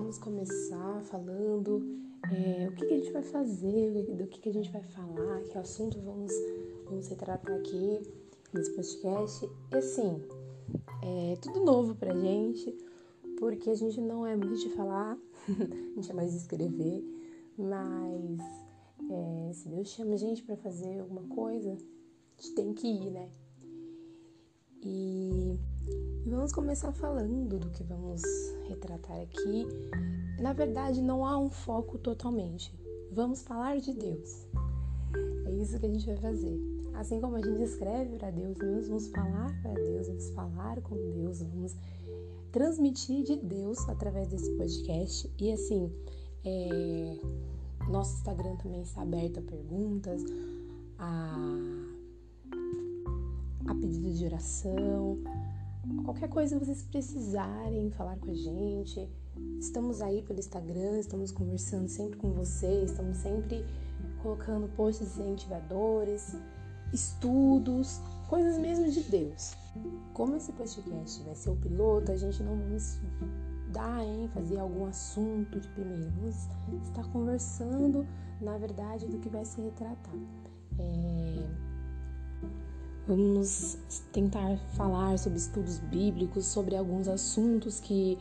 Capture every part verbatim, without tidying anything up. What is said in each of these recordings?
vamos começar falando é, o que, que a gente vai fazer, do que, que a gente vai falar, que assunto vamos, vamos retratar aqui nesse podcast. E assim, é tudo novo pra gente, porque a gente não é muito de falar, a gente é mais de escrever, mas é, se Deus chama a gente pra fazer alguma coisa, a gente tem que ir, né? E, e vamos começar falando do que vamos retratar aqui. Na verdade, não há um foco totalmente. Vamos falar de Deus. É isso que a gente vai fazer. Assim como a gente escreve para Deus, nós vamos falar para Deus, vamos falar com Deus, vamos transmitir de Deus através desse podcast. E assim, é, nosso Instagram também está aberto a perguntas, a a pedido de oração, qualquer coisa que vocês precisarem falar com a gente. Estamos aí pelo Instagram, estamos conversando sempre com vocês, estamos sempre colocando posts incentivadores, estudos, coisas mesmo de Deus. Como esse podcast vai ser o piloto, a gente não vamos dar ênfase a algum assunto de primeiro, vamos estar conversando, na verdade, do que vai se retratar. É... Vamos tentar falar sobre estudos bíblicos, sobre alguns assuntos que,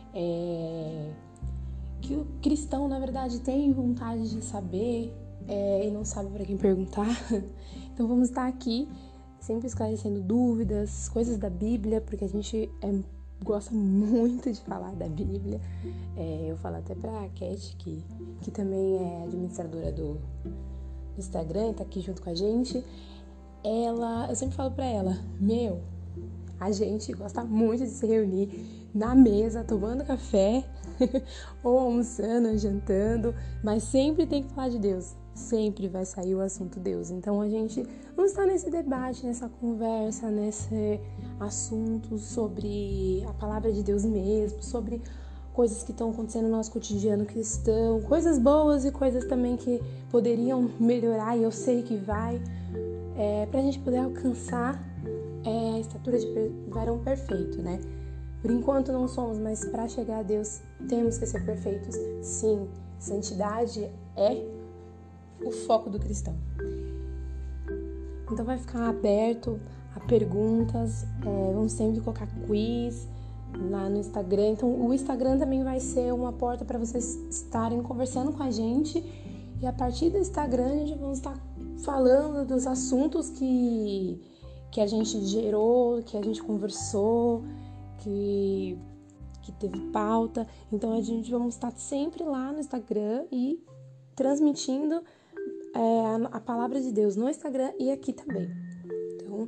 é, que o cristão, na verdade, tem vontade de saber é, e não sabe para quem perguntar. Então vamos estar aqui sempre esclarecendo dúvidas, coisas da Bíblia, porque a gente é, gosta muito de falar da Bíblia. É, eu falo até para a Cat, que, que também é administradora do, do Instagram, está aqui junto com a gente. Ela, eu sempre falo pra ela, meu, a gente gosta muito de se reunir na mesa, tomando café, ou almoçando, ou jantando, mas sempre tem que falar de Deus, sempre vai sair o assunto Deus. Então a gente não está nesse debate, nessa conversa, nesse assunto sobre a palavra de Deus mesmo, sobre coisas que estão acontecendo no nosso cotidiano cristão, coisas boas e coisas também que poderiam melhorar, e eu sei que vai. É, pra gente poder alcançar é, a estatura de varão perfeito, né? Por enquanto não somos, mas para chegar a Deus temos que ser perfeitos. Sim, santidade é o foco do cristão. Então vai ficar aberto a perguntas, é, vamos sempre colocar quiz lá no Instagram. Então o Instagram também vai ser uma porta para vocês estarem conversando com a gente, e a partir do Instagram a gente vai estar falando dos assuntos que, que a gente gerou, que a gente conversou, que, que teve pauta. Então a gente vamos estar sempre lá no Instagram e transmitindo é, a, a palavra de Deus no Instagram e aqui também. Então,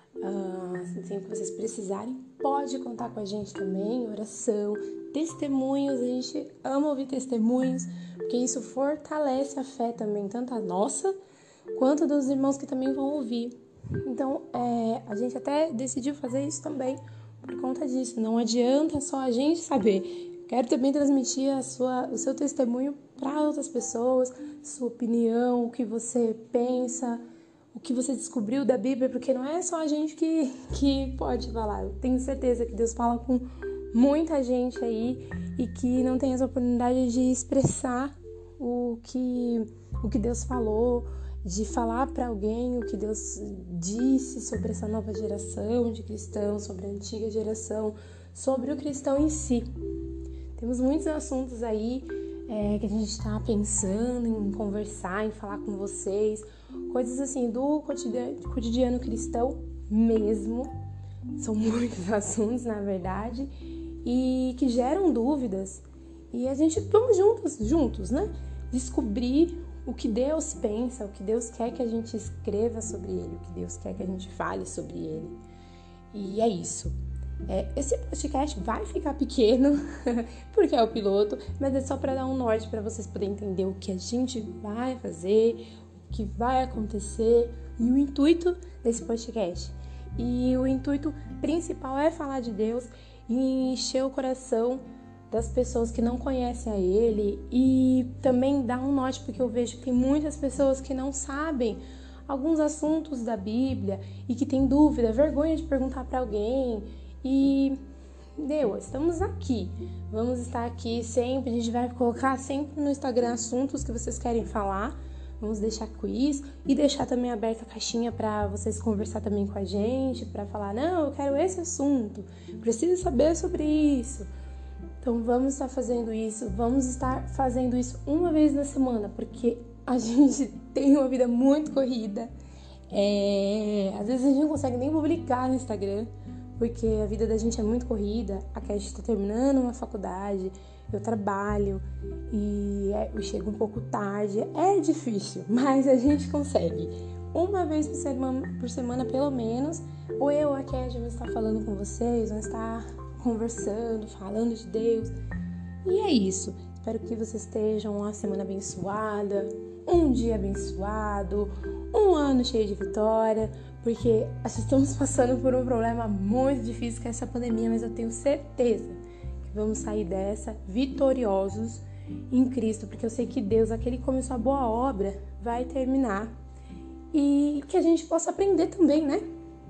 uh, sempre que vocês precisarem, pode contar com a gente também, oração, testemunhos. A gente ama ouvir testemunhos, porque isso fortalece a fé também, tanto a nossa quanto dos irmãos que também vão ouvir. Então, é, a gente até decidiu fazer isso também por conta disso. Não adianta só a gente saber. Quero também transmitir a sua, o seu testemunho para outras pessoas, sua opinião, o que você pensa, o que você descobriu da Bíblia, porque não é só a gente que, que pode falar. Eu tenho certeza que Deus fala com muita gente aí e que não tem essa oportunidade de expressar o que, o que Deus falou, de falar para alguém o que Deus disse sobre essa nova geração de cristãos, sobre a antiga geração, sobre o cristão em si. Temos muitos assuntos aí é, que a gente está pensando em conversar, em falar com vocês, coisas assim do cotidiano, cotidiano cristão mesmo. São muitos assuntos, na verdade, e que geram dúvidas. E a gente vamos juntos, juntos, né? Descobrir o que Deus pensa, o que Deus quer que a gente escreva sobre Ele, o que Deus quer que a gente fale sobre Ele. E é isso. É, esse podcast vai ficar pequeno, porque é o piloto, mas é só para dar um norte para vocês poderem entender o que a gente vai fazer, o que vai acontecer e o intuito desse podcast. E o intuito principal é falar de Deus e encher o coração das pessoas que não conhecem a Ele, e também dar um norte, porque eu vejo que tem muitas pessoas que não sabem alguns assuntos da Bíblia e que tem dúvida, vergonha de perguntar para alguém, e deu, estamos aqui. Vamos estar aqui sempre, a gente vai colocar sempre no Instagram assuntos que vocês querem falar. Vamos deixar quiz e deixar também aberta a caixinha para vocês conversar também com a gente, para falar, não, eu quero esse assunto, preciso saber sobre isso. Então vamos estar fazendo isso, vamos estar fazendo isso uma vez na semana, porque a gente tem uma vida muito corrida. É... Às vezes a gente não consegue nem publicar no Instagram, porque a vida da gente é muito corrida. A Cat está terminando uma faculdade, eu trabalho e eu chego um pouco tarde. É difícil, mas a gente consegue. Uma vez por semana, por semana pelo menos, ou eu ou a Cat vão estar falando com vocês, vão estar conversando, falando de Deus. E é isso. Espero que vocês estejam uma semana abençoada, um dia abençoado, um ano cheio de vitória, porque estamos passando por um problema muito difícil que é essa pandemia, mas eu tenho certeza que vamos sair dessa vitoriosos em Cristo, porque eu sei que Deus, aquele que começou a boa obra, vai terminar e que a gente possa aprender também, né?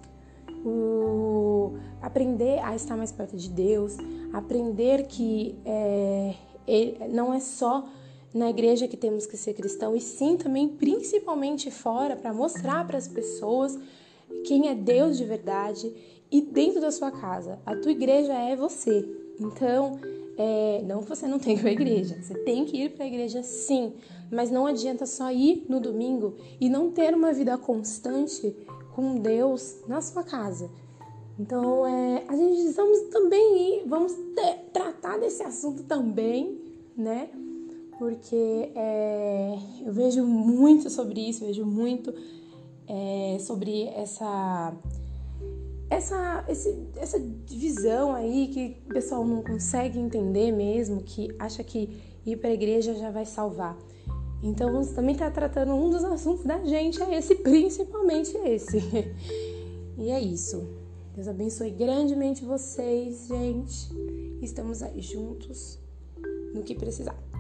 O... Aprender a estar mais perto de Deus, aprender que é, não é só na igreja que temos que ser cristão, e sim também, principalmente fora, para mostrar para as pessoas quem é Deus de verdade e dentro da sua casa. A tua igreja é você. Então, é, não que você não tenha uma igreja, você tem que ir para a igreja sim, mas não adianta só ir no domingo e não ter uma vida constante com Deus na sua casa. Então, é, a gente vamos também ir, vamos ter, tratar desse assunto também, né? Porque é, eu vejo muito sobre isso, vejo muito é, sobre essa, essa, esse, essa divisão aí que o pessoal não consegue entender mesmo, que acha que ir para a igreja já vai salvar. Então, vamos também estar tratando um dos assuntos da gente, é esse, principalmente esse. E é isso. Deus abençoe grandemente vocês, gente. Estamos aí juntos no que precisar.